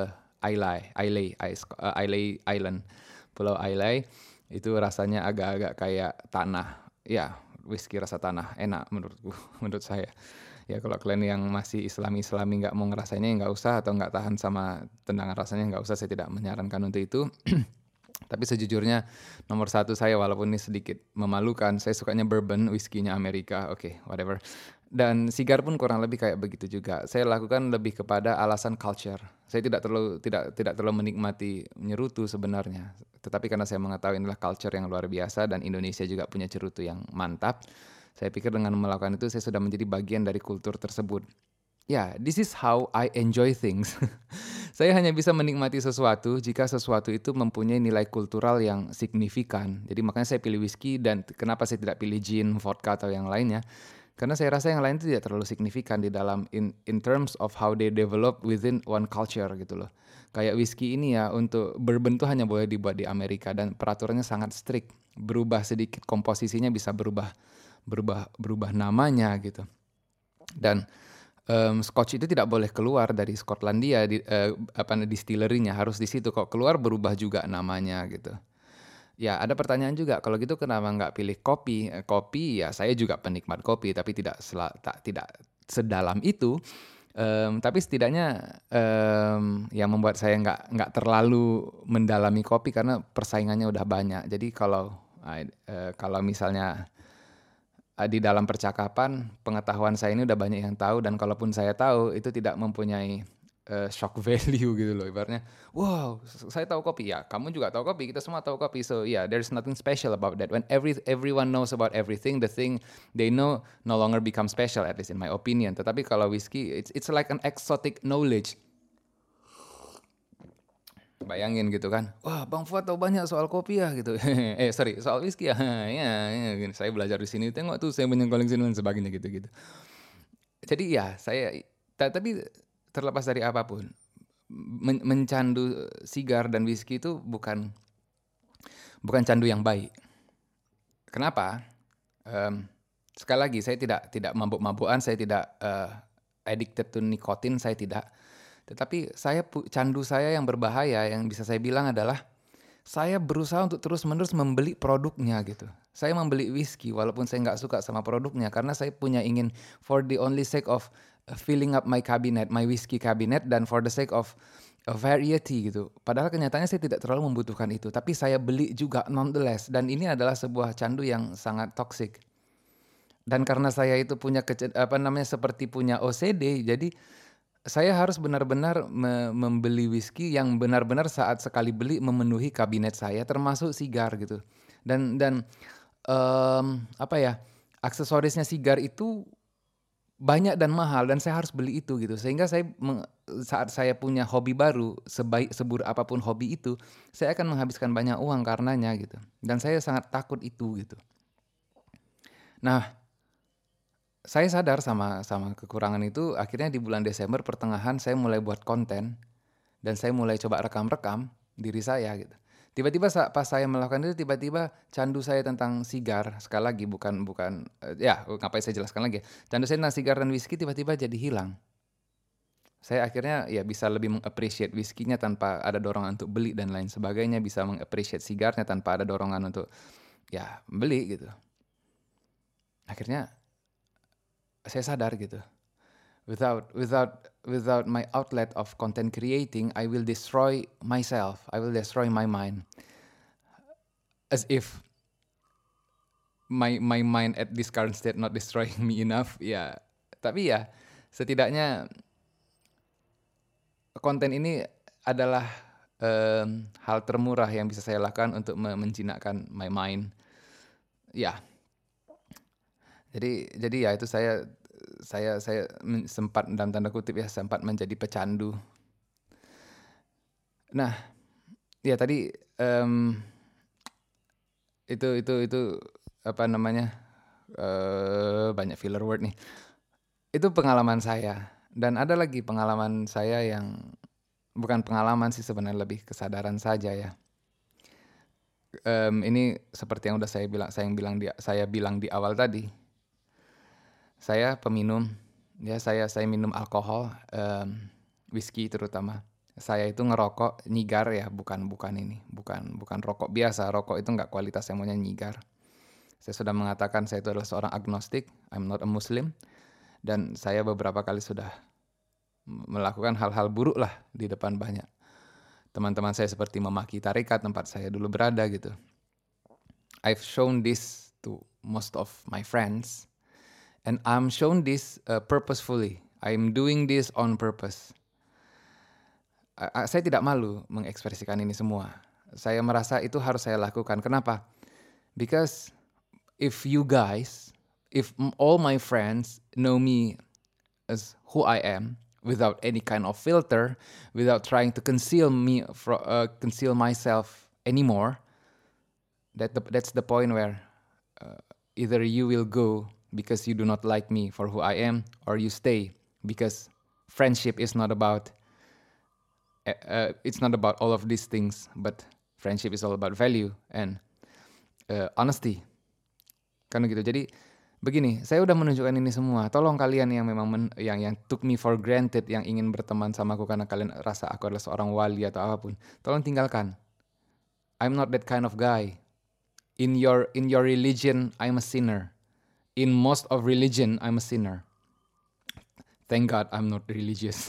Islay Island, Pulau Islay. Itu rasanya agak-agak kayak tanah. Ya, whisky rasa tanah, enak menurut saya. Ya kalau kalian yang masih islami nggak mau ngerasainnya ya nggak usah, atau nggak tahan sama tendangan rasanya nggak usah, saya tidak menyarankan untuk itu. Tapi sejujurnya nomor 1 saya, walaupun ini sedikit memalukan, saya sukanya bourbon, whisky-nya Amerika, oke, whatever. Dan sigar pun kurang lebih kayak begitu juga. Saya lakukan lebih kepada alasan culture. Saya tidak terlalu menikmati menyerutu sebenarnya. Tetapi karena saya mengetahui inilah culture yang luar biasa dan Indonesia juga punya cerutu yang mantap. Saya pikir dengan melakukan itu saya sudah menjadi bagian dari kultur tersebut. Ya, this is how I enjoy things. Saya hanya bisa menikmati sesuatu jika sesuatu itu mempunyai nilai kultural yang signifikan. Jadi makanya saya pilih whisky dan kenapa saya tidak pilih gin, vodka atau yang lainnya. Karena saya rasa yang lain itu tidak terlalu signifikan di dalam in terms of how they develop within one culture gitu loh. Kayak whisky ini ya, untuk bourbon tuh hanya boleh dibuat di Amerika dan peraturannya sangat strict. Berubah sedikit komposisinya bisa berubah namanya gitu. Dan Scotch itu tidak boleh keluar dari Skotlandia, distillery-nya harus di situ. Kok keluar berubah juga namanya gitu. Ya, ada pertanyaan juga, kalau gitu kenapa nggak pilih kopi? Kopi, ya saya juga penikmat kopi, tapi tidak sedalam itu. Tapi setidaknya, yang membuat saya nggak terlalu mendalami kopi karena persaingannya udah banyak. Jadi kalau misalnya, di dalam percakapan, pengetahuan saya ini udah banyak yang tahu dan kalaupun saya tahu, itu tidak mempunyai, shock value gitu loh. Ibaratnya, "Wow, saya tahu kopi." Ya, kamu juga tahu kopi, kita semua tahu kopi. So, yeah, there's nothing special about that. When everyone knows about everything, the thing they know no longer become special, at least in my opinion. Tetapi kalau whiskey, it's like an exotic knowledge. Bayangin gitu kan, "Wah, Bang Fuad tahu banyak soal kopi ya," gitu. Sorry, soal whisky ya? Ya, gini, "Saya belajar di sini, tengok tuh saya punya koleksi dan sebagainya," gitu-gitu. Jadi ya saya tapi terlepas dari apapun, mencandu sigar dan whisky itu bukan candu yang baik. Kenapa? Mmm, Sekali lagi saya tidak mabuk-mabukan, saya tidak, addicted to nikotin, saya tidak. Tetapi candu saya yang berbahaya yang bisa saya bilang adalah saya berusaha untuk terus-menerus membeli produknya gitu. Saya membeli whisky walaupun saya nggak suka sama produknya karena saya punya ingin for the only sake of filling up my cabinet, my whiskey cabinet dan for the sake of a variety gitu. Padahal kenyataannya saya tidak terlalu membutuhkan itu, tapi saya beli juga nonetheless dan ini adalah sebuah candu yang sangat toksik. Dan karena saya itu punya seperti punya OCD, jadi saya harus benar-benar membeli whisky yang benar-benar saat sekali beli memenuhi kabinet saya termasuk sigar gitu. Dan, apa ya, aksesorisnya sigar itu banyak dan mahal dan saya harus beli itu gitu. Sehingga saat saya punya hobi baru, seburuk apapun hobi itu, saya akan menghabiskan banyak uang karenanya gitu. Dan saya sangat takut itu gitu. Nah, saya sadar sama kekurangan itu, akhirnya di bulan Desember pertengahan saya mulai buat konten, dan saya mulai coba rekam-rekam diri saya gitu. Tiba-tiba pas saya melakukan itu, tiba-tiba candu saya tentang sigar, sekali lagi bukan bukan, ya ngapain saya jelaskan lagi ya, candu saya tentang sigar dan whisky tiba-tiba jadi hilang. Saya akhirnya ya bisa lebih meng-appreciate whisky-nya tanpa ada dorongan untuk beli dan lain sebagainya, bisa meng-appreciate sigarnya tanpa ada dorongan untuk, ya beli gitu. Akhirnya saya sadar gitu. Without my outlet of content creating, I will destroy myself. I will destroy my mind. As if my mind at this current state not destroying me enough. Ya, tapi ya setidaknya konten ini adalah hal termurah yang bisa saya lakukan untuk menjinakkan my mind. Ya, jadi ya itu saya sempat dalam tanda kutip ya sempat menjadi pecandu. Nah, ya tadi itu apa namanya, banyak filler word nih. Itu pengalaman saya dan ada lagi pengalaman saya yang bukan pengalaman sih sebenarnya lebih kesadaran saja ya. Ini seperti yang udah saya bilang di awal tadi. Saya peminum, ya saya minum alkohol, whisky terutama. Saya itu ngerokok nyigar ya, bukan rokok biasa, rokok itu nggak kualitas, saya maunya nyigar. Saya sudah mengatakan saya itu adalah seorang agnostik, I'm not a Muslim, dan saya beberapa kali sudah melakukan hal-hal buruk lah di depan banyak teman-teman saya seperti memaki tarekat tempat saya dulu berada gitu. I've shown this to most of my friends. And I'm shown this purposefully. I'm doing this on purpose. Saya tidak malu mengekspresikan ini semua. Saya merasa itu harus saya lakukan. Kenapa? Because if all my friends know me as who I am, without any kind of filter, without trying to conceal myself anymore, that's the point where either you will go because you do not like me for who I am, or you stay because friendship is not about it's not about all of these things, but friendship is all about value and honesty. Kan gitu. Jadi begini, saya udah menunjukkan ini semua. Tolong kalian yang memang yang took me for granted, yang ingin berteman sama aku karena kalian rasa aku adalah seorang wali atau apapun, tolong tinggalkan. I'm not that kind of guy. in your religion, I'm a sinner. In most of religion, I'm a sinner. Thank God I'm not religious.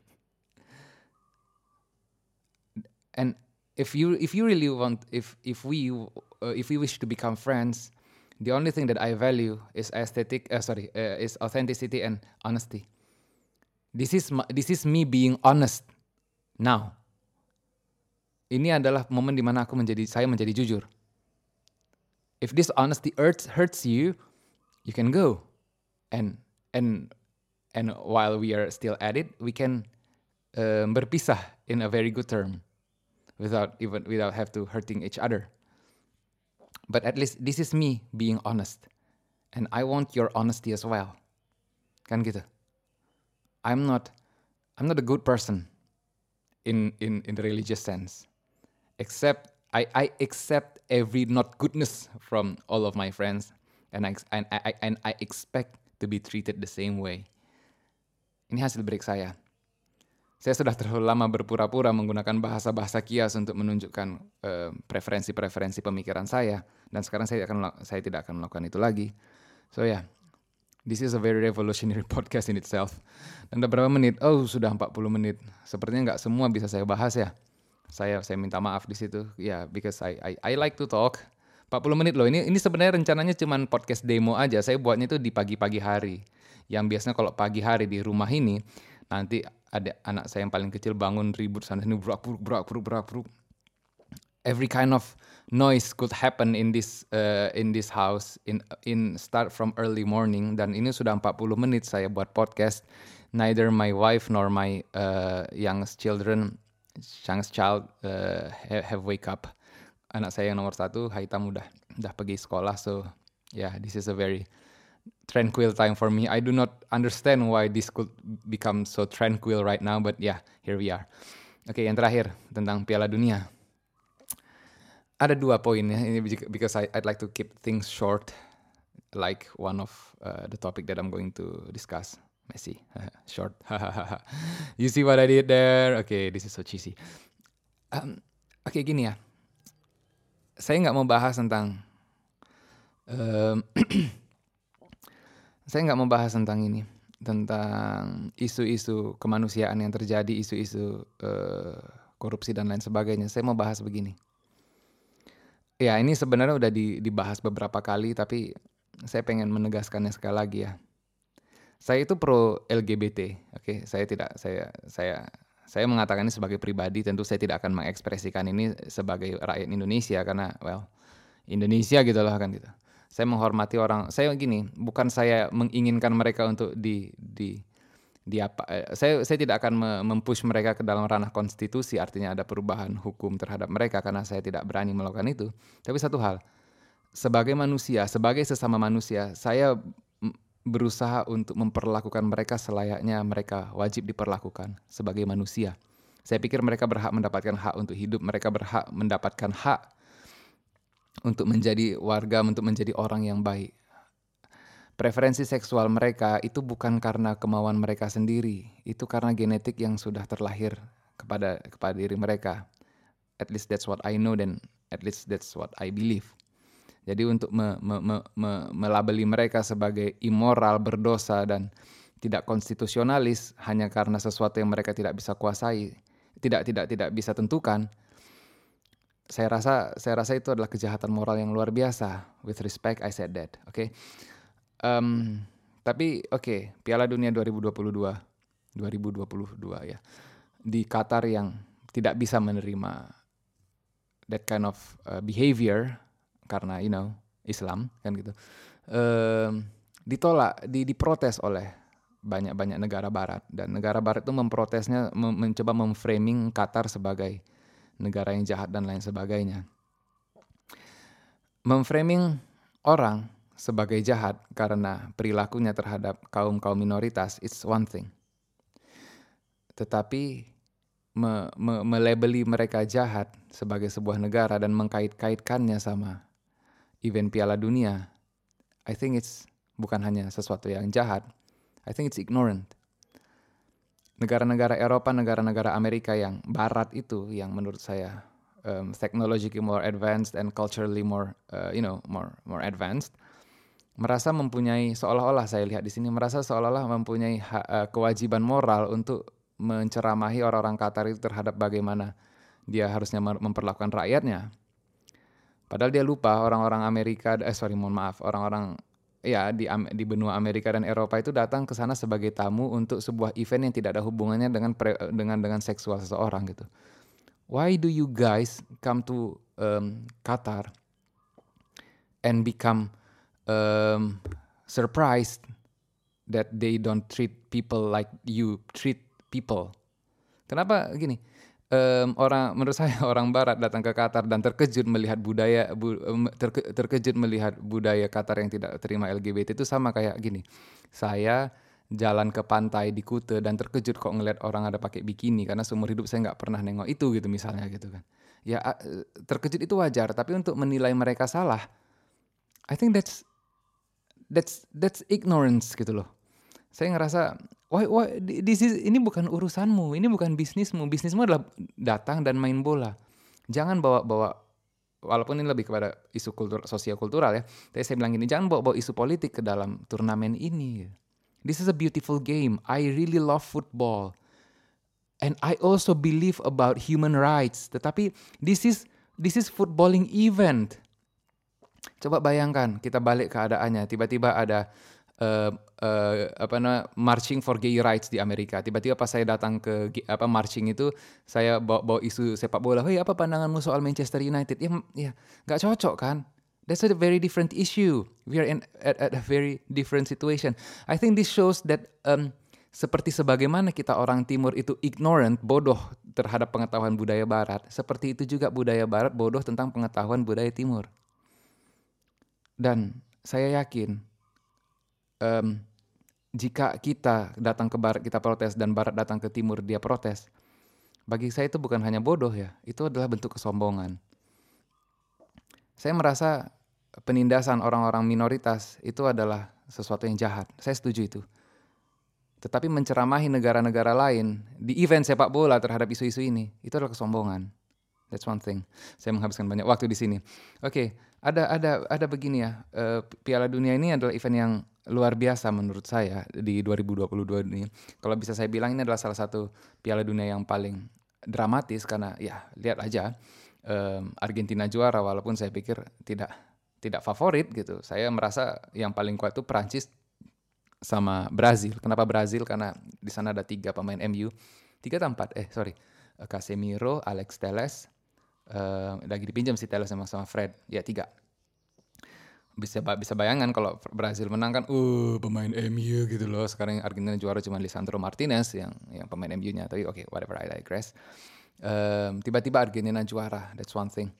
And if you really want, if we wish to become friends, the only thing that I value is is authenticity and honesty. This is me being honest now. Ini adalah momen dimana saya menjadi jujur. If this honesty hurts you, you can go. And while we are still at it, we can berpisah in a very good term, without have to hurting each other. But at least this is me being honest, and I want your honesty as well. Kan gitu. I'm not a good person in the religious sense. Except I accept every not goodness from all of my friends, and I expect to be treated the same way. Ini hasil break saya. Saya sudah terlalu lama berpura-pura menggunakan bahasa-bahasa kias untuk menunjukkan preferensi-preferensi pemikiran saya, dan sekarang saya tidak akan melakukan itu lagi. So yeah, this is a very revolutionary podcast in itself. Dan udah berapa menit? Oh, sudah 40 menit. Sepertinya nggak semua bisa saya bahas ya. Saya minta maaf di situ. Ya, because I like to talk. 40 menit loh. Ini sebenarnya rencananya cuma podcast demo aja. Saya buatnya itu di pagi-pagi hari. Yang biasanya kalau pagi hari di rumah ini, nanti ada anak saya yang paling kecil bangun ribut sana sini, berak-beruk. Every kind of noise could happen in this house in start from early morning, dan ini sudah 40 menit saya buat podcast. Neither my wife nor my youngest child have wake up. Anak saya yang nomor 1, Haitam, udah pergi sekolah. So yeah, this is a very tranquil time for me. I do not understand why this could become so tranquil right now, but yeah, here we are. Oke, yang terakhir tentang Piala Dunia. Ada 2 poin ya, ini because I'd like to keep things short, like one of the topic that I'm going to discuss. Messi, short. You see what I did there? Okay, this is so cheesy. Oke, gini ya. Saya nggak mau bahas tentang saya nggak mau bahas tentang ini, tentang isu-isu kemanusiaan yang terjadi, isu-isu korupsi dan lain sebagainya. Saya mau bahas begini. Ya, ini sebenarnya udah dibahas beberapa kali, tapi saya pengen menegaskannya sekali lagi ya. Saya itu pro LGBT, oke. Saya mengatakan ini sebagai pribadi. Tentu saya tidak akan mengekspresikan ini sebagai rakyat Indonesia karena, well, Indonesia gitu loh kan gitu. Saya menghormati orang. Saya gini, bukan saya menginginkan mereka untuk saya tidak akan mempush mereka ke dalam ranah konstitusi, artinya ada perubahan hukum terhadap mereka, karena saya tidak berani melakukan itu. Tapi satu hal, sebagai manusia, sebagai sesama manusia, saya berusaha untuk memperlakukan mereka selayaknya mereka wajib diperlakukan sebagai manusia. Saya pikir mereka berhak mendapatkan hak untuk hidup, mereka berhak mendapatkan hak untuk menjadi warga, untuk menjadi orang yang baik. Preferensi seksual mereka itu bukan karena kemauan mereka sendiri, itu karena genetik yang sudah terlahir kepada diri mereka. At least that's what I know, dan at least that's what I believe. Jadi untuk melabeli mereka sebagai immoral, berdosa, dan tidak konstitusionalis hanya karena sesuatu yang mereka tidak bisa kuasai, tidak bisa tentukan, saya rasa itu adalah kejahatan moral yang luar biasa. With respect, I said that, okay? Tapi Piala Dunia 2022 ya, di Qatar yang tidak bisa menerima that kind of behavior karena Islam kan gitu, ditolak, diprotes oleh banyak negara Barat, dan negara Barat itu memprotesnya, mencoba memframing Qatar sebagai negara yang jahat dan lain sebagainya. Memframing orang sebagai jahat karena perilakunya terhadap kaum minoritas, it's one thing. Tetapi melabeli mereka jahat sebagai sebuah negara dan mengkait-kaitkannya sama event Piala Dunia, I think it's bukan hanya sesuatu yang jahat, I think it's ignorant. Negara-negara Eropa, negara-negara Amerika yang barat itu, yang menurut saya technologically more advanced and culturally more more advanced, merasa mempunyai seolah-olah saya lihat di sini merasa seolah-olah mempunyai kewajiban moral untuk menceramahi orang-orang Qatar itu terhadap bagaimana dia harusnya memperlakukan rakyatnya. Padahal dia lupa orang-orang Amerika, mohon maaf, orang-orang ya di benua Amerika dan Eropa itu datang ke sana sebagai tamu untuk sebuah event yang tidak ada hubungannya dengan seksual seseorang gitu. Why do you guys come to Qatar and become surprised that they don't treat people like you treat people? Kenapa gini? Menurut saya orang Barat datang ke Qatar dan terkejut melihat terkejut melihat budaya Qatar yang tidak terima LGBT itu sama kayak gini. Saya jalan ke pantai di Kuta dan terkejut kok ngeliat orang ada pakai bikini karena seumur hidup saya nggak pernah nengok itu gitu misalnya gitu kan. Ya terkejut itu wajar, tapi untuk menilai mereka salah, I think that's ignorance gitu loh. Saya ngerasa ini bukan urusanmu, ini bukan bisnismu. Bisnismu adalah datang dan main bola. Jangan bawa walaupun ini lebih kepada isu sosial kultural ya. Tapi saya bilang gini, jangan bawa isu politik ke dalam turnamen ini. This is a beautiful game. I really love football. And I also believe about human rights. Tetapi this is footballing event. Coba bayangkan kita balik keadaannya, tiba-tiba ada marching for gay rights di Amerika. Tiba-tiba pas saya datang ke marching itu, saya bawa isu sepak bola. Hey, apa pandanganmu soal Manchester United? Ya, nggak cocok kan? That's a very different issue. We are at a very different situation. I think this shows that seperti sebagaimana kita orang Timur itu ignorant, bodoh terhadap pengetahuan budaya Barat, seperti itu juga budaya Barat bodoh tentang pengetahuan budaya Timur. Dan saya yakin jika kita datang ke Barat kita protes dan Barat datang ke Timur dia protes, bagi saya itu bukan hanya bodoh ya, itu adalah bentuk kesombongan. Saya merasa penindasan orang-orang minoritas itu adalah sesuatu yang jahat. Saya setuju itu. Tetapi menceramahi negara-negara lain di event sepak bola terhadap isu-isu ini, itu adalah kesombongan. That's one thing. Saya menghabiskan banyak waktu di sini. Oke, ada begini ya. Piala Dunia ini adalah event yang luar biasa menurut saya di 2022 ini. Kalau bisa saya bilang ini adalah salah satu Piala Dunia yang paling dramatis karena ya lihat aja Argentina juara walaupun saya pikir tidak favorit gitu. Saya merasa yang paling kuat itu Prancis sama Brazil. Kenapa Brazil? Karena di sana ada 3 pemain MU. 3 atau 4? Casemiro, Alex Telles, lagi dipinjam si Telles sama Fred. Ya 3. Bisa bayangkan kalau Brazil menang kan, pemain MU gitu loh. Sekarang Argentina juara cuma Lisandro Martinez yang pemain MU-nya. Tapi oke, whatever, I digress. Tiba-tiba Argentina juara, that's one thing.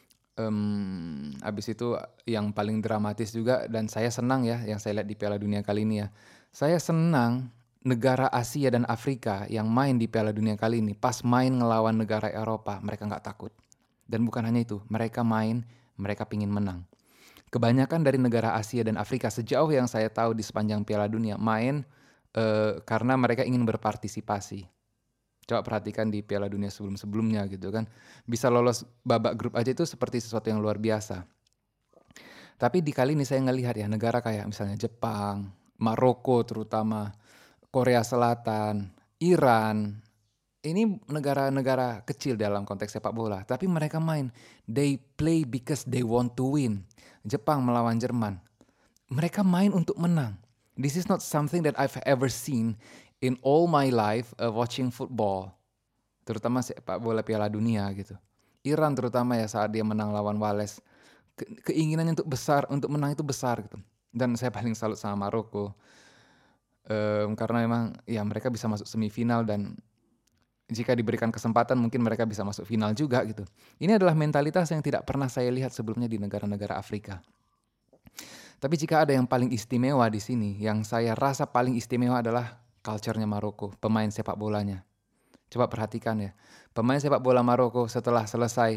Abis itu yang paling dramatis juga dan saya senang ya yang saya lihat di Piala Dunia kali ini ya. Saya senang negara Asia dan Afrika yang main di Piala Dunia kali ini pas main ngelawan negara Eropa mereka nggak takut. Dan bukan hanya itu, mereka pingin menang. Kebanyakan dari negara Asia dan Afrika sejauh yang saya tahu di sepanjang Piala Dunia main karena mereka ingin berpartisipasi. Coba perhatikan di Piala Dunia sebelum-sebelumnya gitu kan. Bisa lolos babak grup aja itu seperti sesuatu yang luar biasa. Tapi di kali ini saya ngelihat ya negara kayak misalnya Jepang, Maroko terutama, Korea Selatan, Iran. Ini negara-negara kecil dalam konteks sepak bola. Tapi mereka main. They play because they want to win. Jepang melawan Jerman. Mereka main untuk menang. This is not something that I've ever seen in all my life watching football, terutama sepak bola Piala Dunia gitu. Iran terutama ya saat dia menang lawan Wales, keinginannya untuk menang itu besar gitu. Dan saya paling salut sama Maroko karena memang ya mereka bisa masuk semifinal dan jika diberikan kesempatan mungkin mereka bisa masuk final juga gitu. Ini adalah mentalitas yang tidak pernah saya lihat sebelumnya di negara-negara Afrika. Tapi jika ada yang paling istimewa di sini, yang saya rasa paling istimewa adalah culture-nya Maroko, pemain sepak bolanya. Coba perhatikan ya, pemain sepak bola Maroko setelah selesai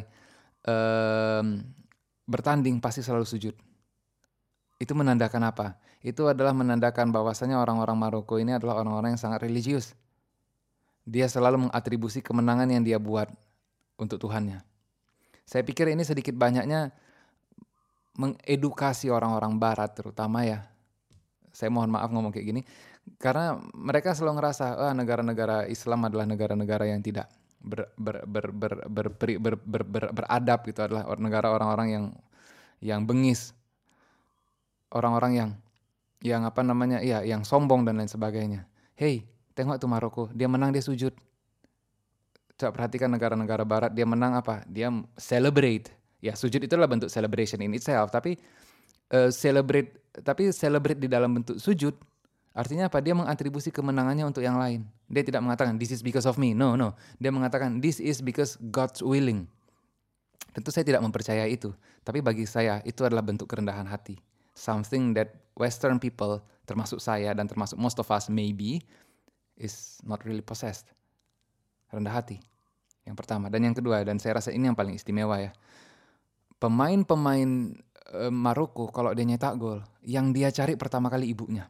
bertanding pasti selalu sujud. Itu menandakan apa? Itu adalah menandakan bahwasanya orang-orang Maroko ini adalah orang-orang yang sangat religius. Dia selalu mengatribusi kemenangan yang dia buat untuk Tuhannya. Saya pikir ini sedikit banyaknya mengedukasi orang-orang barat terutama ya. Saya mohon maaf ngomong kayak gini, karena mereka selalu ngerasa negara-negara Islam adalah negara-negara yang tidak beradab gitu, adalah negara orang-orang yang bengis, orang-orang yang apa namanya, ya yang sombong dan lain sebagainya. Hey, tengok tuh Maroko, dia menang dia sujud. Coba perhatikan negara-negara barat, dia menang apa? Dia celebrate. Ya sujud itu adalah bentuk celebration in itself, tapi celebrate di dalam bentuk sujud, artinya apa? Dia mengatribusi kemenangannya untuk yang lain. Dia tidak mengatakan this is because of me. No. Dia mengatakan this is because God's willing. Tentu saya tidak mempercayai itu, tapi bagi saya itu adalah bentuk kerendahan hati. Something that Western people, termasuk saya dan termasuk most of us maybe, is not really possessed. Rendah hati. Yang pertama. Dan yang kedua, dan saya rasa ini yang paling istimewa ya. Pemain-pemain Maroko kalau dia nyetak gol, yang dia cari pertama kali ibunya.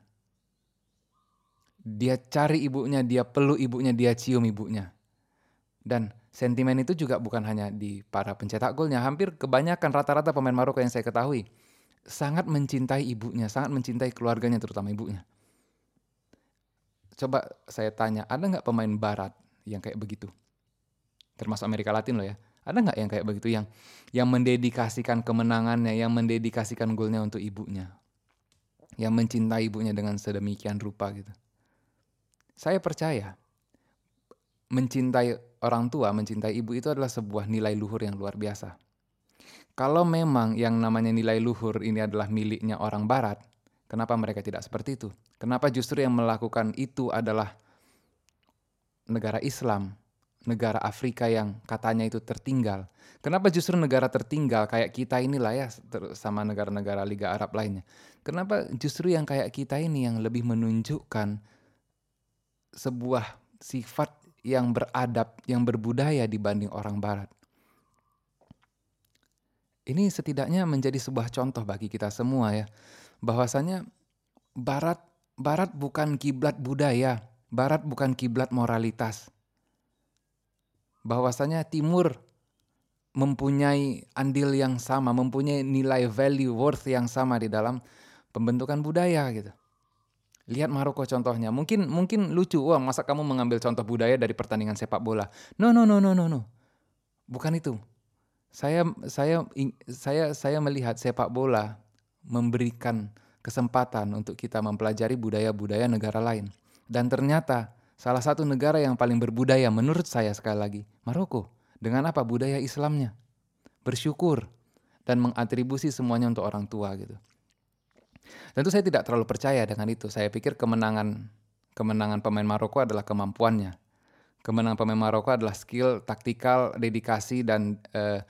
Dia cari ibunya, dia peluk ibunya, dia cium ibunya. Dan sentimen itu juga bukan hanya di para pencetak golnya, hampir kebanyakan rata-rata pemain Maroko yang saya ketahui sangat mencintai ibunya, sangat mencintai keluarganya, terutama ibunya. Coba saya tanya, ada nggak pemain barat yang kayak begitu? Termasuk Amerika Latin loh ya. Ada nggak yang kayak begitu, yang mendedikasikan kemenangannya, yang mendedikasikan golnya untuk ibunya, yang mencintai ibunya dengan sedemikian rupa gitu. Saya percaya mencintai orang tua, mencintai ibu itu adalah sebuah nilai luhur yang luar biasa. Kalau memang yang namanya nilai luhur ini adalah miliknya orang barat, kenapa mereka tidak seperti itu? Kenapa justru yang melakukan itu adalah negara Islam, negara Afrika yang katanya itu tertinggal? Kenapa justru negara tertinggal kayak kita inilah ya, sama negara-negara Liga Arab lainnya? Kenapa justru yang kayak kita ini yang lebih menunjukkan sebuah sifat yang beradab, yang berbudaya dibanding orang barat? Ini setidaknya menjadi sebuah contoh bagi kita semua ya, bahwasanya barat bukan kiblat budaya, barat bukan kiblat moralitas. Bahwasanya timur mempunyai andil yang sama, mempunyai nilai value worth yang sama di dalam pembentukan budaya gitu. Lihat Maroko contohnya. Mungkin lucu, wah masa kamu mengambil contoh budaya dari pertandingan sepak bola? No. Bukan itu. Saya melihat sepak bola memberikan kesempatan untuk kita mempelajari budaya-budaya negara lain. Dan ternyata salah satu negara yang paling berbudaya menurut saya sekali lagi, Maroko. Dengan apa? Budaya Islamnya. Bersyukur dan mengatribusi semuanya untuk orang tua gitu. Tentu saya tidak terlalu percaya dengan itu. Saya pikir kemenangan pemain Maroko adalah kemampuannya. Kemenangan pemain Maroko adalah skill, taktikal, dedikasi dan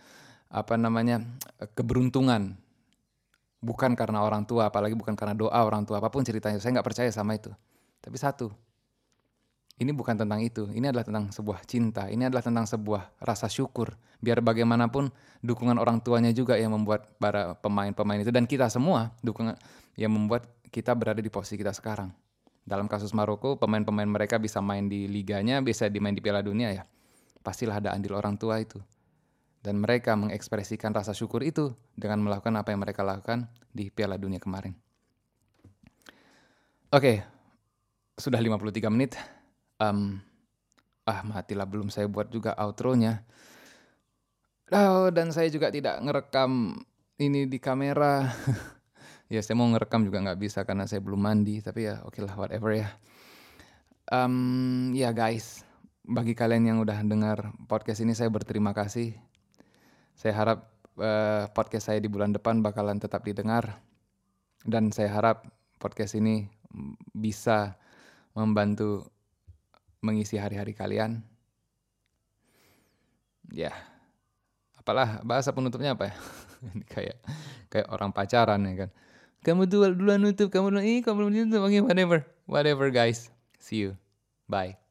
keberuntungan. Bukan karena orang tua, apalagi bukan karena doa orang tua, apapun ceritanya. Saya nggak percaya sama itu. Tapi satu, ini bukan tentang itu. Ini adalah tentang sebuah cinta. Ini adalah tentang sebuah rasa syukur. Biar bagaimanapun dukungan orang tuanya juga yang membuat para pemain-pemain itu dan kita semua dukungan yang membuat kita berada di posisi kita sekarang. Dalam kasus Maroko, pemain-pemain mereka bisa main di liganya, bisa dimain di Piala Dunia ya. Pastilah ada andil orang tua itu. Dan mereka mengekspresikan rasa syukur itu dengan melakukan apa yang mereka lakukan di Piala Dunia kemarin. Oke, sudah 53 menit. Matilah belum saya buat juga outro-nya. Dan saya juga tidak ngerekam ini di kamera. Ya saya mau ngerekam juga nggak bisa karena saya belum mandi. Tapi ya oke lah, whatever ya. Ya guys, bagi kalian yang udah dengar podcast ini saya berterima kasih. Saya harap podcast saya di bulan depan bakalan tetap didengar. Dan saya harap podcast ini bisa membantu mengisi hari-hari kalian. Ya, apalah bahasa penutupnya apa ya? kayak orang pacaran ya kan. Kamu duluan nutup, kamu belum nutup, oke, whatever guys. See you, bye.